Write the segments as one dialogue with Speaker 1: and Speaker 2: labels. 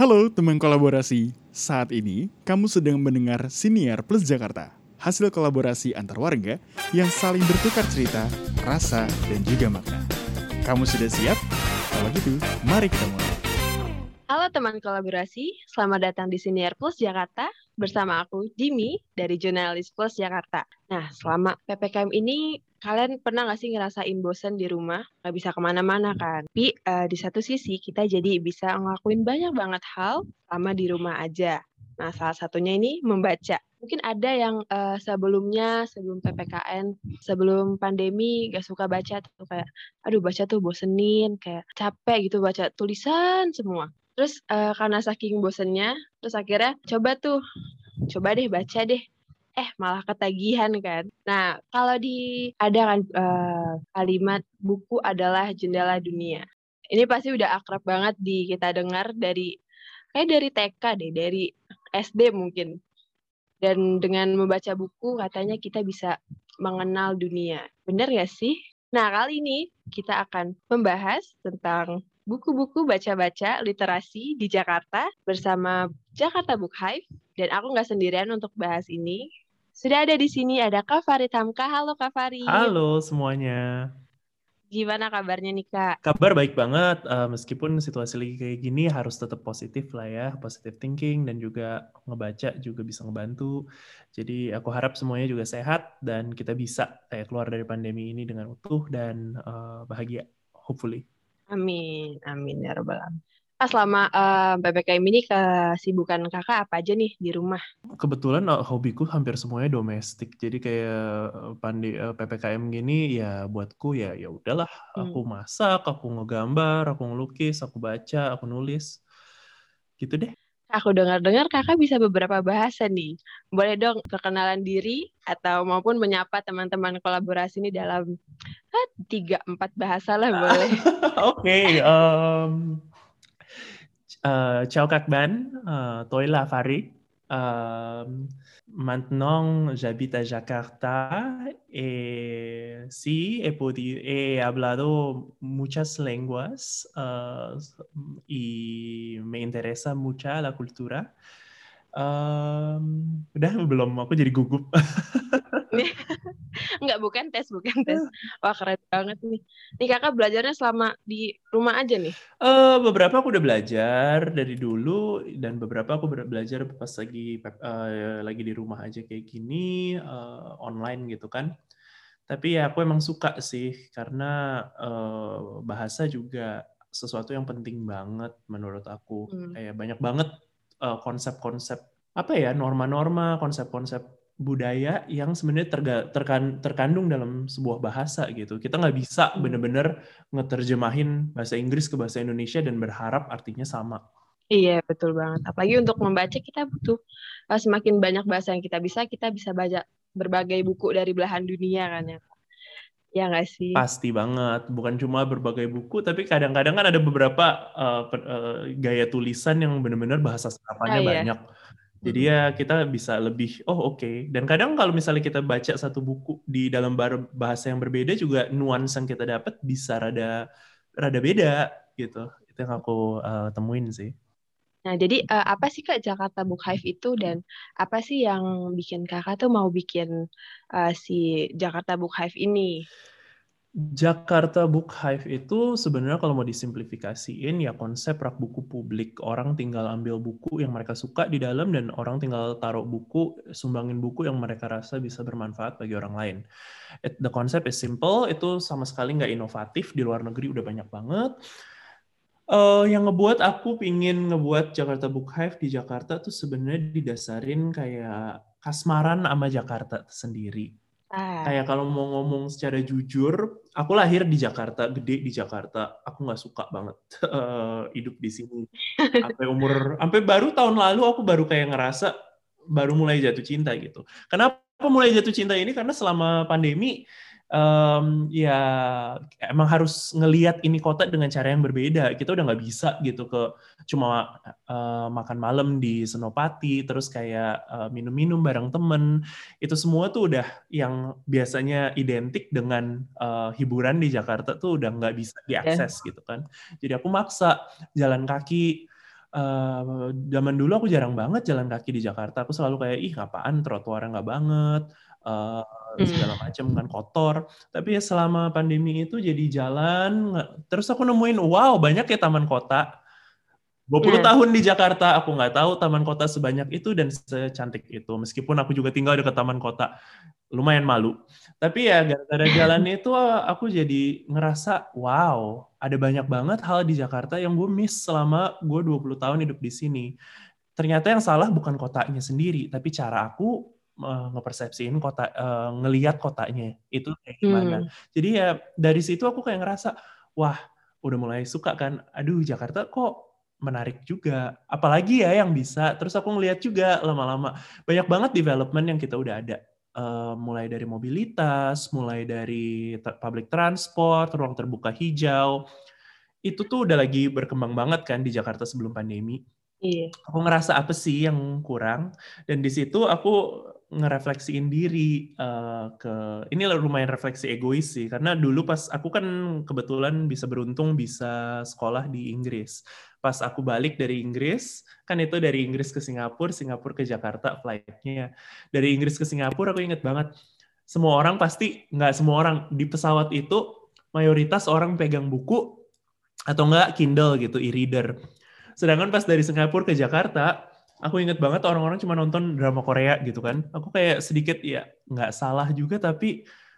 Speaker 1: Halo teman kolaborasi, saat ini kamu sedang mendengar Siniar Plus Jakarta, hasil kolaborasi antar warga yang saling bertukar cerita, rasa, dan juga makna. Kamu sudah siap? Kalau gitu, mari kita mulai.
Speaker 2: Halo teman kolaborasi, selamat datang di Siniar Plus Jakarta bersama aku Jimmy dari Jurnalis Plus Jakarta. Nah, selama PPKM ini kalian pernah nggak sih ngerasain bosen di rumah? Nggak bisa kemana-mana kan? Tapi di satu sisi kita jadi bisa ngelakuin banyak banget hal selama di rumah aja. Nah, salah satunya ini membaca. Mungkin ada yang sebelumnya, sebelum PPKN, sebelum pandemi gak suka baca tuh kayak, aduh baca tuh bosenin, kayak capek gitu baca tulisan semua. Terus karena saking bosennya, terus akhirnya coba deh baca deh. Malah ketagihan kan. Nah, kalau ada kan kalimat buku adalah jendela dunia. Ini pasti udah akrab banget di kita dengar dari TK deh, dari SD mungkin. Dan dengan membaca buku katanya kita bisa mengenal dunia. Bener gak sih? Nah, kali ini kita akan membahas tentang buku-buku baca-baca literasi di Jakarta bersama Jakarta Book Hive. Dan aku nggak sendirian untuk bahas ini. Sudah ada di sini ada Kak Farid Hamka. Halo Kak Farid.
Speaker 3: Halo semuanya.
Speaker 2: Gimana kabarnya nih Kak?
Speaker 3: Kabar baik banget, meskipun situasi lagi kayak gini harus tetap positif lah ya, positive thinking dan juga ngebaca juga bisa ngebantu. Jadi aku harap semuanya juga sehat dan kita bisa kayak keluar dari pandemi ini dengan utuh dan bahagia, hopefully.
Speaker 2: Amin, amin ya rabbal alamin. Kak, selama PPKM ini kesibukan kakak apa aja nih di rumah?
Speaker 3: Kebetulan hobiku hampir semuanya domestik, jadi kayak PPKM gini ya buatku ya udahlah, aku masak, aku ngegambar, aku ngelukis, aku baca, aku nulis, gitu deh.
Speaker 2: Aku dengar-dengar kakak bisa beberapa bahasa nih. Boleh dong perkenalan diri atau maupun menyapa teman-teman kolaborasi ini dalam 3-4 bahasa lah boleh.
Speaker 3: Oke, ciao các bạn, tôi là Farid. Maintenant, j'habite à Jakarta y sí, he hablado muchas lenguas y me interesa mucho la cultura. Udah belum, aku jadi gugup.
Speaker 2: Enggak, bukan tes. Wah, keren banget nih. Nih kakak belajarnya selama di rumah aja nih?
Speaker 3: Beberapa aku udah belajar dari dulu dan beberapa aku belajar pas lagi di rumah aja kayak gini, online gitu kan. Tapi ya aku emang suka sih karena bahasa juga sesuatu yang penting banget menurut aku. Kayak banyak banget konsep-konsep apa ya, norma-norma, konsep-konsep budaya yang sebenarnya terkandung dalam sebuah bahasa gitu. Kita nggak bisa bener-bener ngeterjemahin bahasa Inggris ke bahasa Indonesia dan berharap artinya sama.
Speaker 2: Iya, betul banget. Apalagi untuk membaca kita butuh semakin banyak bahasa yang kita bisa baca berbagai buku dari belahan dunia kan ya. Ya nggak sih?
Speaker 3: Pasti banget, bukan cuma berbagai buku, tapi kadang-kadang kan ada beberapa gaya tulisan yang benar-benar bahasa serapannya
Speaker 2: Iya.
Speaker 3: banyak. Jadi ya kita bisa lebih, oke. Dan kadang kalau misalnya kita baca satu buku di dalam bahasa yang berbeda juga nuansa yang kita dapat bisa rada beda gitu. Itu yang aku temuin sih.
Speaker 2: Nah, jadi apa sih Kak Jakarta Book Hive itu dan apa sih yang bikin Kakak tuh mau bikin si Jakarta Book Hive ini?
Speaker 3: Jakarta Book Hive itu sebenarnya kalau mau disimplifikasiin ya konsep rak buku publik. Orang tinggal ambil buku yang mereka suka di dalam dan orang tinggal taruh buku, sumbangin buku yang mereka rasa bisa bermanfaat bagi orang lain. The concept is simple, itu sama sekali nggak inovatif, di luar negeri udah banyak banget. Yang ngebuat aku pingin ngebuat Jakarta Book Hive di Jakarta tuh sebenarnya didasarin kayak kasmaran sama Jakarta sendiri. Kayak kalau mau ngomong secara jujur, aku lahir di Jakarta, gede di Jakarta. Aku nggak suka banget hidup di sini. Sampai baru tahun lalu aku baru kayak ngerasa baru mulai jatuh cinta gitu. Kenapa mulai jatuh cinta ini? Karena selama pandemi ya emang harus ngelihat ini kota dengan cara yang berbeda. Kita udah nggak bisa gitu cuma makan malam di Senopati, terus kayak minum-minum bareng temen. Itu semua tuh udah yang biasanya identik dengan hiburan di Jakarta tuh udah nggak bisa diakses gitu kan. Jadi aku maksa jalan kaki Zaman dulu aku jarang banget jalan kaki di Jakarta. Aku selalu kayak, ih apaan trotoarnya nggak banget, segala macam kan kotor. Tapi ya selama pandemi itu jadi jalan, terus aku nemuin, wow banyak ya taman kota. 20 tahun di Jakarta, aku nggak tahu taman kota sebanyak itu dan secantik itu. Meskipun aku juga tinggal dekat taman kota, lumayan malu. Tapi ya gara-gara jalan itu aku jadi ngerasa, wow, ada banyak banget hal di Jakarta yang gue miss selama gue 20 tahun hidup di sini. Ternyata yang salah bukan kotanya sendiri, tapi cara aku ngepersepsiin kota, ngelihat kotanya itu kayak gimana. Jadi ya dari situ aku kayak ngerasa, wah, udah mulai suka kan. Aduh, Jakarta kok menarik juga. Apalagi ya yang bisa. Terus aku ngelihat juga lama-lama banyak banget development yang kita udah ada. Mulai dari mobilitas, mulai dari public transport, ruang terbuka hijau. Itu tuh udah lagi berkembang banget kan di Jakarta sebelum pandemi. Iya. Aku ngerasa apa sih yang kurang, dan di situ aku ngerefleksiin diri ini lumayan refleksi egois sih, karena dulu pas aku kan kebetulan beruntung bisa sekolah di Inggris. Pas aku balik dari Inggris, kan itu dari Inggris ke Singapura, Singapura ke Jakarta flight-nya. Dari Inggris ke Singapura aku inget banget, semua orang pasti, nggak semua orang, di pesawat itu mayoritas orang pegang buku, atau nggak Kindle gitu, e-reader. Sedangkan pas dari Singapura ke Jakarta, aku inget banget orang-orang cuma nonton drama Korea gitu kan. Aku kayak sedikit ya nggak salah juga, tapi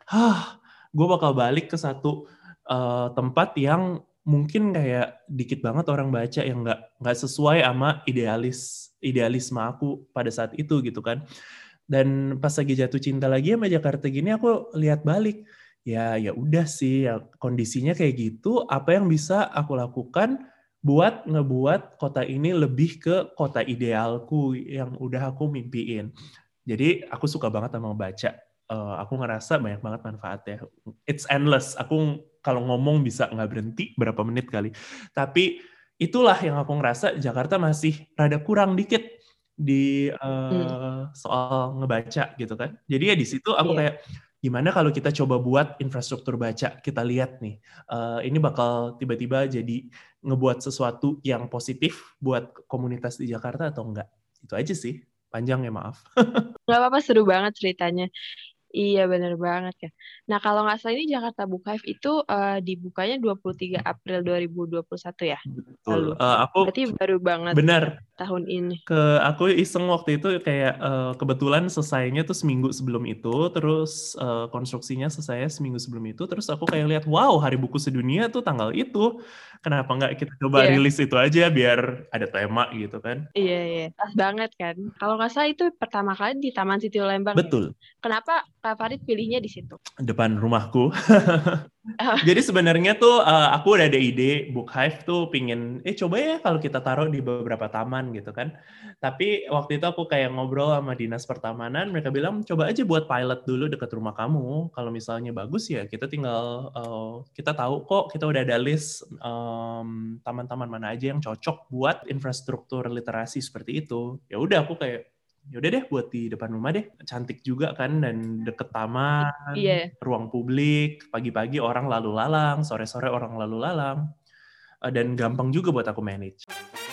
Speaker 3: gue bakal balik ke satu tempat yang mungkin kayak dikit banget orang baca, yang nggak sesuai sama idealisme aku pada saat itu gitu kan. Dan pas lagi jatuh cinta lagi sama Jakarta gini, aku lihat balik, ya udah sih, ya kondisinya kayak gitu. Apa yang bisa aku lakukan buat ngebuat kota ini lebih ke kota idealku yang udah aku mimpiin. Jadi aku suka banget sama baca. Aku ngerasa banyak banget manfaatnya. It's endless. Aku kalau ngomong bisa nggak berhenti berapa menit kali. Tapi itulah yang aku ngerasa Jakarta masih rada kurang dikit di soal ngebaca gitu kan. Jadi ya di situ aku kayak, gimana kalau kita coba buat infrastruktur baca, kita lihat nih, ini bakal tiba-tiba jadi ngebuat sesuatu yang positif buat komunitas di Jakarta atau enggak. Itu aja sih, panjang ya maaf.
Speaker 2: Nggak apa-apa, seru banget ceritanya. Iya, bener banget ya. Nah, kalau nggak salah ini Jakarta Book Hive itu dibukanya 23 April 2021 ya?
Speaker 3: Betul.
Speaker 2: Berarti baru banget
Speaker 3: benar.
Speaker 2: Tahun ini.
Speaker 3: Aku iseng waktu itu kayak kebetulan selesainya tuh seminggu sebelum itu, terus konstruksinya selesai seminggu sebelum itu, terus aku kayak lihat, wow, Hari Buku Sedunia tuh tanggal itu. Kenapa nggak kita coba rilis itu aja biar ada tema gitu kan?
Speaker 2: Iya. Pas banget kan. Kalau nggak salah itu pertama kali di Taman Siti Lembang.
Speaker 3: Betul.
Speaker 2: Kenapa Kak Farid pilihnya di situ?
Speaker 3: Depan rumahku. Jadi sebenarnya tuh aku udah ada ide Book Hive tuh pingin, coba ya kalau kita taruh di beberapa taman gitu kan. Tapi waktu itu aku kayak ngobrol sama dinas pertamanan, mereka bilang coba aja buat pilot dulu dekat rumah kamu. Kalau misalnya bagus ya kita tinggal, kita tahu kok, kita udah ada list taman-taman mana aja yang cocok buat infrastruktur literasi seperti itu. Ya udah aku kayak, yaudah deh buat di depan rumah deh, cantik juga kan dan deket taman, ruang publik, pagi-pagi orang lalu lalang, sore-sore orang lalu lalang, dan gampang juga buat aku manage.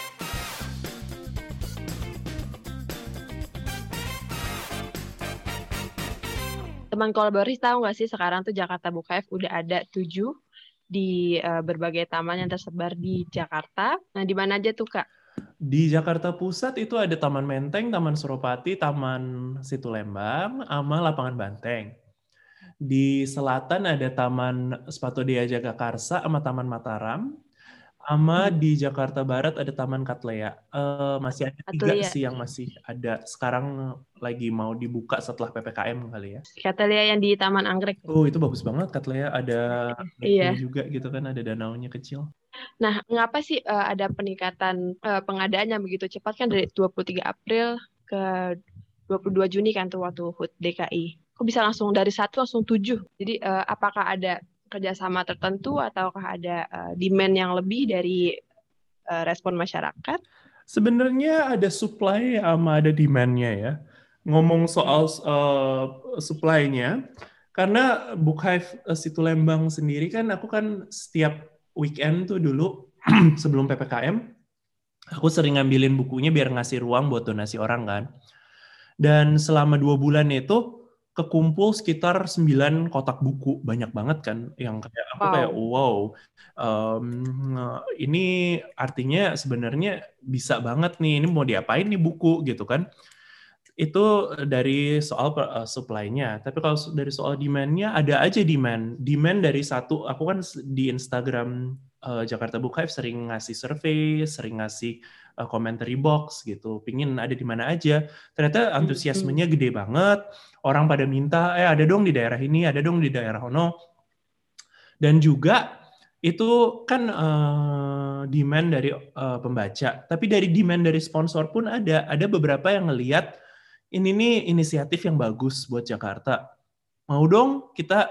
Speaker 2: Teman kolaborasi tahu nggak sih sekarang tuh Jakarta Book Hive udah ada 7 di berbagai taman yang tersebar di Jakarta. Nah, di mana aja tuh Kak?
Speaker 3: Di Jakarta Pusat itu ada Taman Menteng, Taman Suropati, Taman Situ Lembang, sama Lapangan Banteng. Di selatan ada Taman Sepatu Dea Jagakarsa sama Taman Mataram. Sama di Jakarta Barat ada Taman Katlea. Masih ada 3 sih yang masih ada. Sekarang lagi mau dibuka setelah PPKM kali ya.
Speaker 2: Katlea yang di Taman Anggrek.
Speaker 3: Oh, itu bagus banget Katlea. Ada juga gitu kan, ada danaunya kecil.
Speaker 2: Nah, mengapa sih ada peningkatan pengadaannya begitu cepat kan dari 23 April ke 22 Juni kan tuh waktu HUT DKI. Kok bisa langsung dari 1 langsung 7? Jadi apakah ada kerjasama tertentu ataukah ada demand yang lebih dari respon masyarakat?
Speaker 3: Sebenarnya ada supply sama ada demand-nya ya. Ngomong soal supply-nya, karena Book Hive Situ Lembang sendiri kan aku kan setiap weekend tuh dulu sebelum PPKM Aku sering ngambilin bukunya biar ngasih ruang buat donasi orang kan. Dan selama 2 bulan itu kekumpul sekitar 9 kotak buku. Banyak banget kan. Yang kayak aku kayak
Speaker 2: Wow.
Speaker 3: wow. Ini artinya sebenarnya bisa banget nih. Ini mau diapain nih buku gitu kan. Itu dari soal supply-nya. Tapi kalau dari soal demand-nya, ada aja demand. Demand dari satu, aku kan di Instagram Jakarta Book Hive sering ngasih survei, sering ngasih commentary box gitu. Pingin ada di mana aja. Ternyata antusiasmenya gede banget. Orang pada minta, ada dong di daerah ini, ada dong di daerah ono. Dan juga itu kan demand dari pembaca. Tapi dari demand dari sponsor pun ada. Ada beberapa yang ngelihat, ini nih inisiatif yang bagus buat Jakarta. Mau dong kita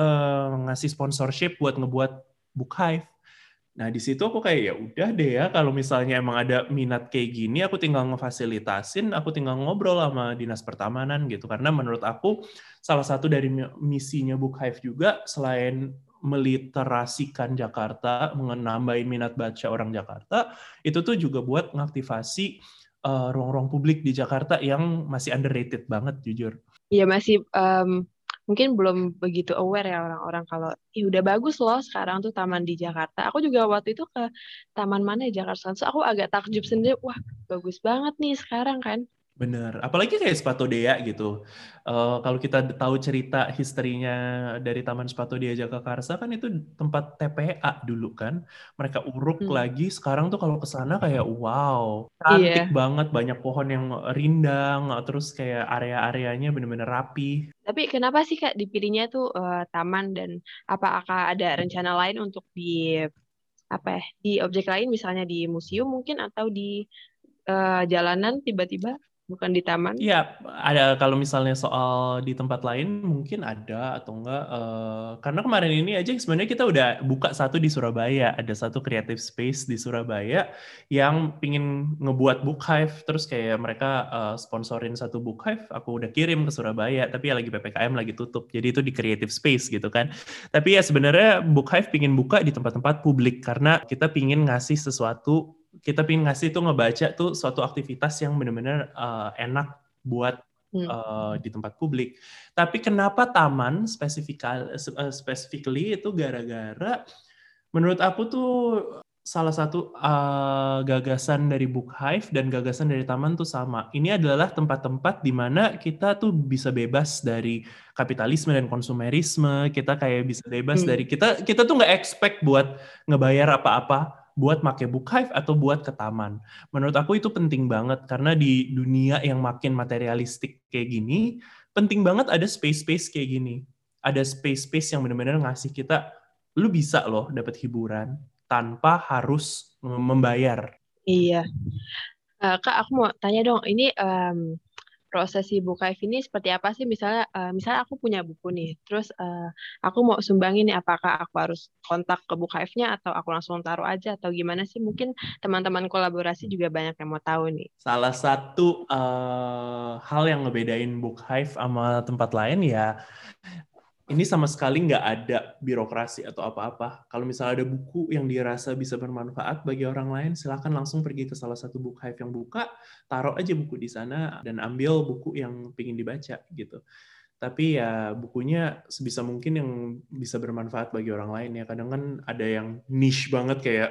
Speaker 3: ngasih sponsorship buat ngebuat Book Hive. Nah di situ aku kayak ya udah deh ya, kalau misalnya emang ada minat kayak gini, aku tinggal ngefasilitasin, aku tinggal ngobrol sama dinas pertamanan gitu. Karena menurut aku salah satu dari misinya Book Hive juga selain meliterasikan Jakarta, menambahin minat baca orang Jakarta, itu tuh juga buat ngaktifasi ruang-ruang publik di Jakarta yang masih underrated banget jujur.
Speaker 2: Iya masih mungkin belum begitu aware ya orang-orang kalau udah bagus loh sekarang tuh taman di Jakarta. Aku juga waktu itu ke taman mana ya Jakarta Selatan. So, aku agak takjub sendiri. Wah, bagus banget nih sekarang kan.
Speaker 3: Bener, apalagi kayak Sepatu Dea gitu. Kalau kita tahu cerita historinya dari Taman Sepatu Dea Jagakarsa kan itu tempat TPA dulu kan. Mereka uruk lagi, sekarang tuh kalau ke sana kayak wow, cantik
Speaker 2: Iya.
Speaker 3: banget, banyak pohon yang rindang, terus kayak area-areanya bener-bener rapi.
Speaker 2: Tapi kenapa sih Kak dipilihnya tuh taman dan apakah ada rencana lain untuk di apa ya, di objek lain misalnya di museum mungkin atau di jalanan tiba-tiba bukan di taman?
Speaker 3: Iya, ada kalau misalnya soal di tempat lain mungkin ada atau enggak. Karena kemarin ini aja sebenarnya kita udah buka satu di Surabaya. Ada satu creative space di Surabaya yang pingin ngebuat Book Hive. Terus kayak mereka sponsorin satu Book Hive, aku udah kirim ke Surabaya. Tapi ya lagi PPKM, lagi tutup. Jadi itu di creative space gitu kan. Tapi ya sebenarnya Book Hive pingin buka di tempat-tempat publik. Karena kita pingin ngasih sesuatu, kita pingin ngasih tuh ngebaca tuh suatu aktivitas yang benar-benar enak buat di tempat publik. Tapi kenapa taman specifically itu gara-gara menurut aku tuh salah satu gagasan dari Book Hive dan gagasan dari taman tuh sama. Ini adalah tempat-tempat di mana kita tuh bisa bebas dari kapitalisme dan konsumerisme. Kita kayak bisa bebas dari kita tuh nggak expect buat ngebayar apa-apa buat make Book Hive atau buat ke taman. Menurut aku itu penting banget karena di dunia yang makin materialistik kayak gini, penting banget ada space-space kayak gini. Ada space-space yang benar-benar ngasih kita, lu bisa loh dapat hiburan tanpa harus membayar.
Speaker 2: Iya. Kak, aku mau tanya dong, ini proses si Book Hive ini seperti apa sih? Misalnya aku punya buku nih, terus aku mau sumbangin nih, apakah aku harus kontak ke Book Hive-nya atau aku langsung taruh aja atau gimana sih? Mungkin teman-teman kolaborasi juga banyak yang mau tahu nih.
Speaker 3: Salah satu hal yang ngebedain Book Hive sama tempat lain ya, ini sama sekali nggak ada birokrasi atau apa-apa. Kalau misalnya ada buku yang dirasa bisa bermanfaat bagi orang lain, silakan langsung pergi ke salah satu Book Hive yang buka, taruh aja buku di sana, dan ambil buku yang ingin dibaca gitu. Tapi ya bukunya sebisa mungkin yang bisa bermanfaat bagi orang lain ya. Kadang kan ada yang niche banget kayak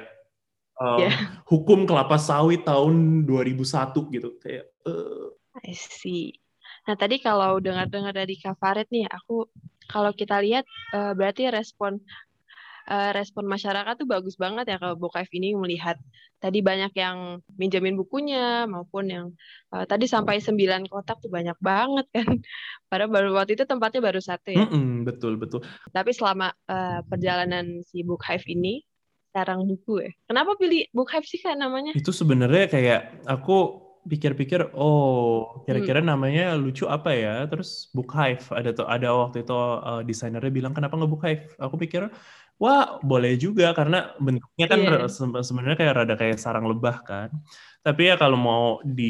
Speaker 3: Hukum Kelapa Sawit tahun 2001 gitu. Kayak
Speaker 2: I see. Nah, tadi kalau dengar-dengar dari Kak Farid nih, kalau kita lihat berarti respon masyarakat tuh bagus banget ya kalau Book Hive ini melihat tadi banyak yang minjemin bukunya maupun yang tadi sampai 9 kotak tuh banyak banget kan. Padahal baru waktu itu tempatnya baru satu ya.
Speaker 3: betul.
Speaker 2: Tapi selama perjalanan si Book Hive ini sarang buku ya. Kenapa pilih Book Hive sih Kak namanya?
Speaker 3: Itu sebenarnya kayak aku pikir-pikir, kira-kira namanya lucu apa ya? Terus Book Hive ada waktu itu desainernya bilang kenapa nggak Book Hive? Aku pikir, wah boleh juga karena bentuknya kan sebenarnya kayak rada kayak sarang lebah kan. Tapi ya kalau mau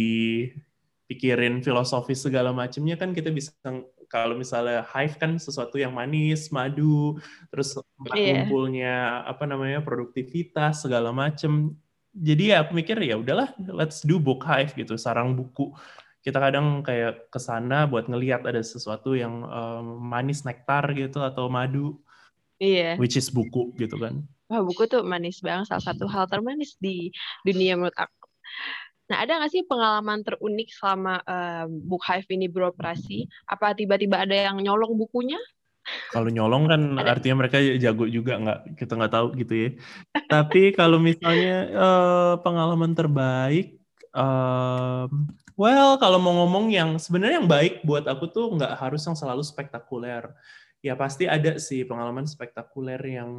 Speaker 3: dipikirin filosofis segala macamnya kan kita bisa, kalau misalnya hive kan sesuatu yang manis, madu, terus kumpulnya produktivitas segala macam. Jadi ya aku mikir ya udahlah, let's do book hive gitu, sarang buku. Kita kadang kayak ke sana buat ngelihat ada sesuatu yang manis, nektar gitu atau madu,
Speaker 2: Iya.
Speaker 3: which is buku gitu kan.
Speaker 2: Wah, buku tuh manis banget, salah satu hal termanis di dunia menurut aku. Nah, ada nggak sih pengalaman terunik selama Book Hive ini beroperasi? Apa tiba-tiba ada yang nyolong bukunya?
Speaker 3: Kalau nyolong kan
Speaker 2: Ada.
Speaker 3: artinya mereka jago juga, kita nggak tahu gitu ya. Tapi kalau misalnya pengalaman terbaik, well kalau mau ngomong yang sebenarnya yang baik buat aku tuh nggak harus yang selalu spektakuler. Ya pasti ada sih pengalaman spektakuler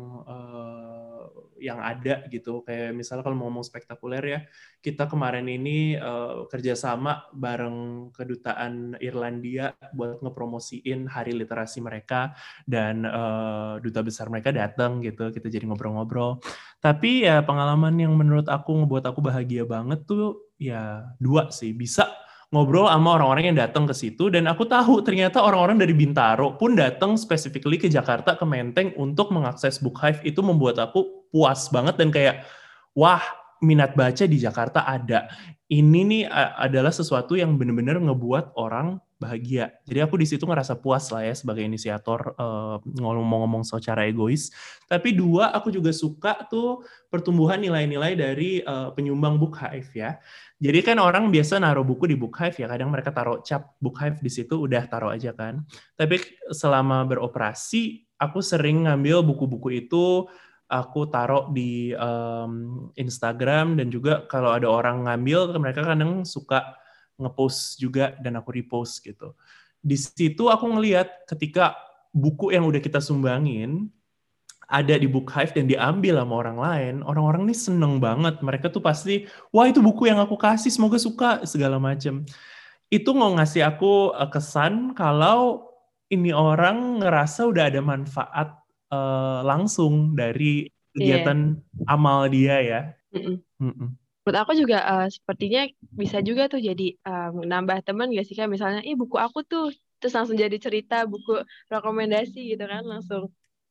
Speaker 3: yang ada gitu. Kayak misalnya kalau mau ngomong spektakuler ya, kita kemarin ini kerjasama bareng kedutaan Irlandia buat ngepromosiin hari literasi mereka, dan duta besar mereka datang gitu, kita jadi ngobrol-ngobrol. Tapi ya pengalaman yang menurut aku ngebuat aku bahagia banget tuh ya 2 sih. Bisa ngobrol sama orang-orang yang datang ke situ, dan aku tahu ternyata orang-orang dari Bintaro pun datang specifically ke Jakarta, ke Menteng untuk mengakses Book Hive. Itu membuat aku puas banget dan kayak wah, minat baca di Jakarta ada. Ini nih adalah sesuatu yang benar-benar ngebuat orang bahagia. Jadi aku di situ ngerasa puas lah ya sebagai inisiator, ngomong-ngomong secara egois. Tapi 2, aku juga suka tuh pertumbuhan nilai-nilai dari penyumbang Book Hive ya. Jadi kan orang biasa naruh buku di Book Hive ya, kadang mereka taruh cap Book Hive di situ, udah taruh aja kan. Tapi selama beroperasi, aku sering ngambil buku-buku itu, aku taruh di Instagram, dan juga kalau ada orang ngambil, mereka kadang suka ngepost juga dan aku repost gitu. Di situ aku ngelihat ketika buku yang udah kita sumbangin ada di Book Hive dan diambil sama orang lain, orang-orang ini seneng banget. Mereka tuh pasti, wah itu buku yang aku kasih, semoga suka, segala macam. Itu mau ngasih aku kesan kalau ini orang ngerasa udah ada manfaat langsung dari
Speaker 2: Iya.
Speaker 3: kegiatan amal dia ya.
Speaker 2: Mm-mm.
Speaker 3: Mm-mm.
Speaker 2: Menurut aku juga sepertinya bisa juga tuh jadi nambah teman gak sih, Kak? Misalnya, buku aku tuh, terus langsung jadi cerita, buku rekomendasi gitu kan, langsung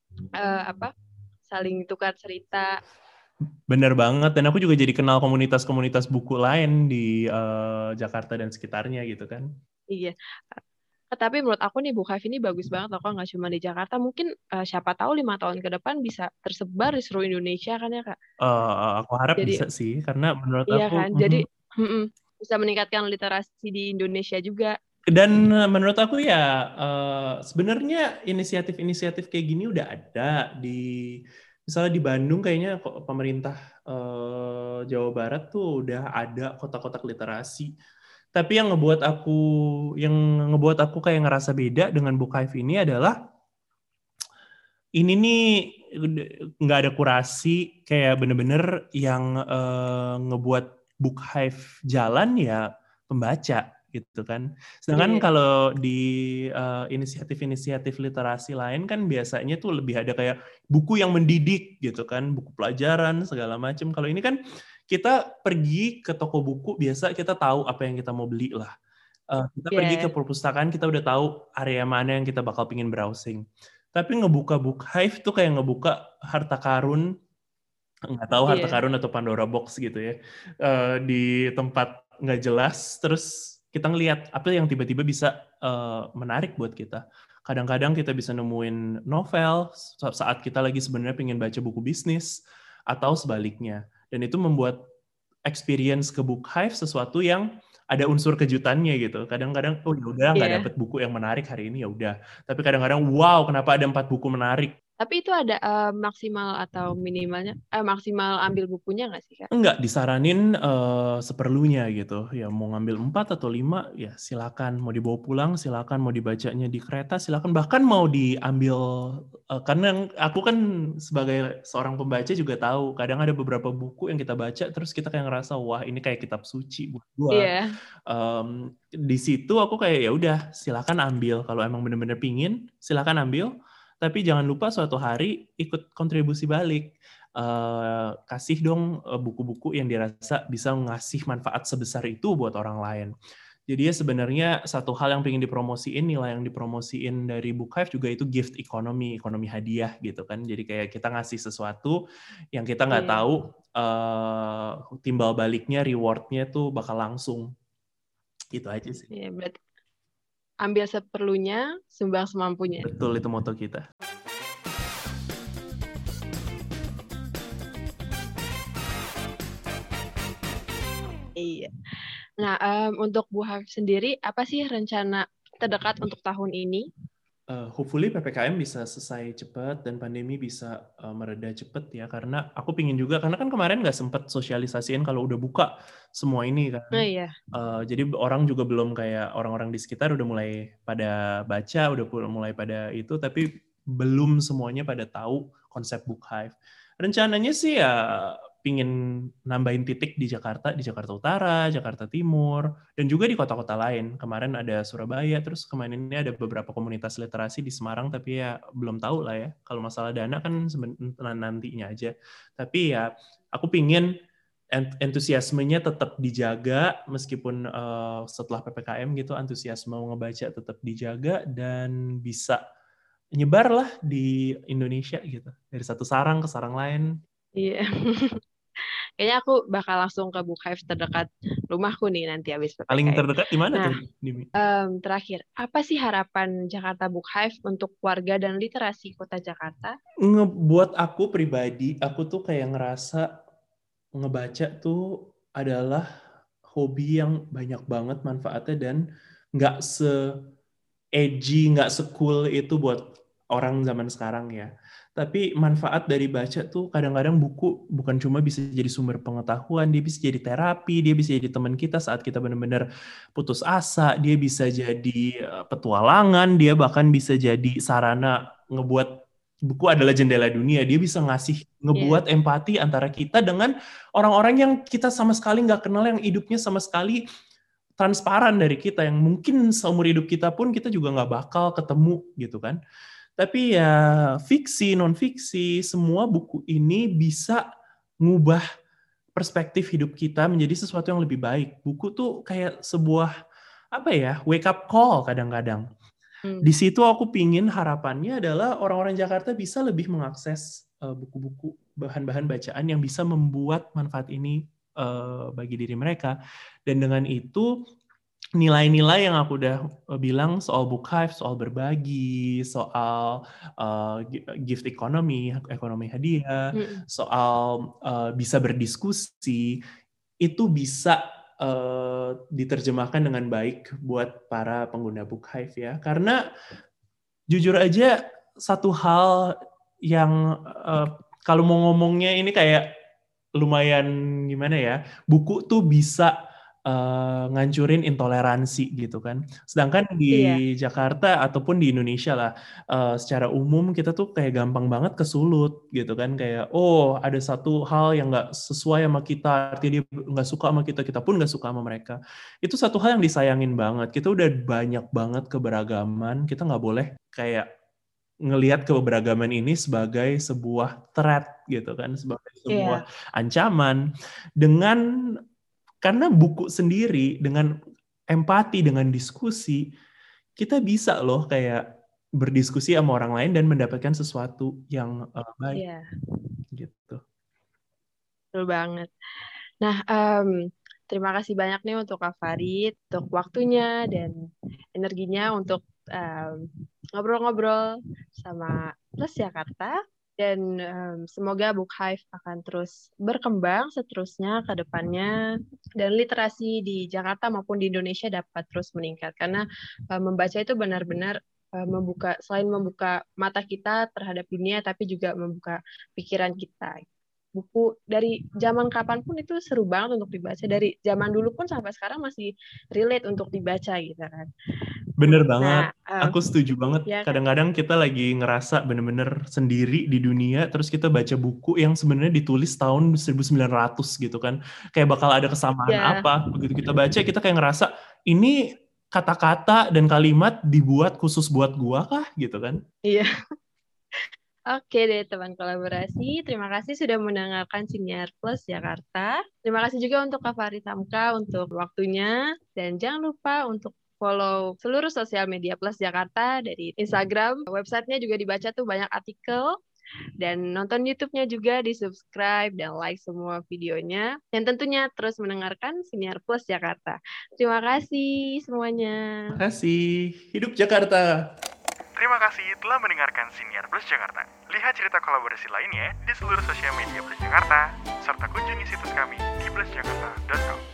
Speaker 2: apa saling tukar cerita.
Speaker 3: Bener banget, dan aku juga jadi kenal komunitas-komunitas buku lain di Jakarta dan sekitarnya gitu kan.
Speaker 2: Iya. Tapi menurut aku nih Book Hive ini bagus banget loh, kok nggak cuma di Jakarta. Mungkin siapa tahu 5 tahun ke depan bisa tersebar di seluruh Indonesia kan ya, Kak.
Speaker 3: Aku harap
Speaker 2: Jadi
Speaker 3: bisa sih, karena menurut
Speaker 2: iya
Speaker 3: aku
Speaker 2: kan. Jadi bisa meningkatkan literasi di Indonesia juga.
Speaker 3: dan menurut aku ya sebenarnya inisiatif-inisiatif kayak gini udah ada di, misalnya di Bandung kayaknya pemerintah Jawa Barat tuh udah ada kotak-kotak literasi. Tapi yang ngebuat aku kayak ngerasa beda dengan Book Hive ini adalah ini nih nggak ada kurasi, kayak bener-bener yang ngebuat Book Hive jalan ya pembaca gitu kan. Sedangkan
Speaker 2: Iya,
Speaker 3: kalau di inisiatif-inisiatif literasi lain kan biasanya tuh lebih ada kayak buku yang mendidik gitu kan, buku pelajaran segala macam. Kalau ini kan kita pergi ke toko buku, biasa kita tahu apa yang kita mau beli lah. Kita pergi ke
Speaker 2: iya,
Speaker 3: perpustakaan, kita udah tahu area mana yang kita bakal pingin browsing. Tapi ngebuka Book Hive tuh kayak ngebuka harta karun, nggak tahu harta
Speaker 2: iya,
Speaker 3: karun atau Pandora Box gitu ya, di tempat nggak jelas, terus kita ngelihat apa yang tiba-tiba bisa menarik buat kita. Kadang-kadang kita bisa nemuin novel saat kita lagi sebenarnya pengen baca buku bisnis, atau sebaliknya. Dan itu membuat experience ke Book Hive sesuatu yang ada unsur kejutannya gitu. Kadang-kadang, oh ya udah nggak
Speaker 2: iya.
Speaker 3: dapet buku yang menarik hari ini, ya udah. Tapi kadang-kadang, wow, kenapa ada 4 buku menarik?
Speaker 2: Tapi itu ada maksimal atau minimalnya, maksimal ambil bukunya nggak sih, Kak?
Speaker 3: Enggak, disaranin seperlunya gitu. Ya mau ngambil 4 atau 5, ya silakan. Mau dibawa pulang, silakan. Mau dibacanya di kereta, silakan. Bahkan mau diambil, karena aku kan sebagai seorang pembaca juga tahu, kadang ada beberapa buku yang kita baca, terus kita kayak ngerasa, wah ini kayak kitab suci buat gua.
Speaker 2: Iya,
Speaker 3: Di situ aku kayak ya udah, silakan ambil. Kalau emang bener-bener pingin, silakan ambil. Tapi jangan lupa suatu hari ikut kontribusi balik. Kasih dong buku-buku yang dirasa bisa ngasih manfaat sebesar itu buat orang lain. Jadi ya sebenarnya satu hal yang pengen dipromosiin, nilai yang dipromosiin dari Book Hive juga itu gift economy, ekonomi hadiah gitu kan. Jadi kayak kita ngasih sesuatu yang kita nggak
Speaker 2: Iya.
Speaker 3: tahu timbal baliknya, rewardnya tuh bakal langsung. Gitu aja sih.
Speaker 2: Iya, berarti ambil seperlunya, sumbang semampunya.
Speaker 3: Betul, itu moto kita.
Speaker 2: Iya. Nah, untuk Bu Hive sendiri, apa sih rencana terdekat untuk tahun ini?
Speaker 3: Hopefully PPKM bisa selesai cepat dan pandemi bisa mereda cepat ya, karena aku pingin juga, karena kan kemarin nggak sempat sosialisasiin kalau udah buka semua ini kan.
Speaker 2: Nah, iya.
Speaker 3: Jadi orang juga belum kayak orang-orang di sekitar udah mulai pada baca, udah mulai pada itu, tapi belum semuanya pada tahu konsep Book Hive. Rencananya sih ya pingin nambahin titik di Jakarta Utara, Jakarta Timur, dan juga di kota-kota lain. Kemarin ada Surabaya, terus kemarin ini ada beberapa komunitas literasi di Semarang, tapi ya belum tahu lah ya. Kalau masalah dana kan nantinya aja. Tapi ya aku pingin entusiasmenya tetap dijaga, meskipun setelah PPKM gitu, antusiasme ngebaca tetap dijaga, dan bisa nyebar lah di Indonesia gitu. Dari satu sarang ke sarang lain.
Speaker 2: Iya. Kayaknya aku bakal langsung ke Book Hive terdekat rumahku nih nanti habis PPKM.
Speaker 3: Paling terdekat di mana tuh, Dimi?
Speaker 2: Terakhir, apa sih harapan Jakarta Book Hive untuk warga dan literasi Kota Jakarta?
Speaker 3: Ngebuat aku pribadi, aku tuh kayak ngerasa ngebaca tuh adalah hobi yang banyak banget manfaatnya, dan nggak se-edgy, nggak se-cool itu buat orang zaman sekarang ya. Tapi manfaat dari baca tuh kadang-kadang buku bukan cuma bisa jadi sumber pengetahuan, dia bisa jadi terapi, dia bisa jadi teman kita saat kita benar-benar putus asa, dia bisa jadi petualangan, dia bahkan bisa jadi sarana ngebuat buku adalah jendela dunia. Dia bisa ngebuat empati antara kita dengan orang-orang yang kita sama sekali nggak kenal, yang hidupnya sama sekali transparan dari kita, yang mungkin seumur hidup kita pun kita juga nggak bakal ketemu gitu kan. Tapi ya fiksi, non-fiksi, semua buku ini bisa ngubah perspektif hidup kita menjadi sesuatu yang lebih baik. Buku tuh kayak sebuah wake up call kadang-kadang. Di situ aku pingin harapannya adalah orang-orang Jakarta bisa lebih mengakses buku-buku, bahan-bahan bacaan yang bisa membuat manfaat ini bagi diri mereka. Dan dengan itu nilai-nilai yang aku udah bilang soal Book Hive, soal berbagi, soal gift economy, ekonomi hadiah, soal bisa berdiskusi, itu bisa diterjemahkan dengan baik buat para pengguna Book Hive ya. Karena jujur aja satu hal yang kalau mau ngomongnya ini kayak lumayan gimana ya, buku tuh bisa ngancurin intoleransi gitu kan. Sedangkan di Jakarta ataupun di Indonesia lah, secara umum kita tuh kayak gampang banget kesulut gitu kan. Kayak ada satu hal yang nggak sesuai sama kita, artinya dia nggak suka sama kita, kita pun nggak suka sama mereka. Itu satu hal yang disayangin banget. Kita udah banyak banget keberagaman, kita nggak boleh kayak ngelihat keberagaman ini sebagai sebuah threat gitu kan, sebagai sebuah ancaman. Karena buku sendiri dengan empati, dengan diskusi, kita bisa loh kayak berdiskusi sama orang lain dan mendapatkan sesuatu yang baik. Gitu.
Speaker 2: Betul banget. Nah, terima kasih banyak nih untuk Kak Farid, untuk waktunya dan energinya untuk ngobrol-ngobrol sama Plus Jakarta. Dan semoga Book Hive akan terus berkembang seterusnya ke depannya, dan literasi di Jakarta maupun di Indonesia dapat terus meningkat, karena membaca itu benar-benar selain membuka mata kita terhadap dunia, tapi juga membuka pikiran kita. Buku dari zaman kapanpun itu seru banget untuk dibaca, dari zaman dulu pun sampai sekarang masih relate untuk dibaca gitu kan.
Speaker 3: Bener banget, aku setuju banget. Kadang-kadang kita lagi ngerasa bener-bener sendiri di dunia, terus kita baca buku yang sebenarnya ditulis tahun 1900 gitu kan. Kayak bakal ada kesamaan apa. Begitu kita baca, kita kayak ngerasa, ini kata-kata dan kalimat dibuat khusus buat gua kah? Gitu kan.
Speaker 2: Iya. Oke deh teman kolaborasi, terima kasih sudah mendengarkan Siniar Plus Jakarta. Terima kasih juga untuk Kak Fahri Tamka untuk waktunya. Dan jangan lupa untuk follow seluruh sosial media Plus Jakarta dari Instagram. Websitenya juga dibaca tuh banyak artikel. Dan nonton YouTube-nya juga, di-subscribe dan like semua videonya. Dan tentunya terus mendengarkan Siniar Plus Jakarta. Terima kasih semuanya.
Speaker 3: Terima kasih. Hidup Jakarta.
Speaker 1: Terima kasih telah mendengarkan Siniar Plus Jakarta. Lihat cerita kolaborasi lainnya di seluruh sosial media Plus Jakarta, serta kunjungi situs kami di plusjakarta.com.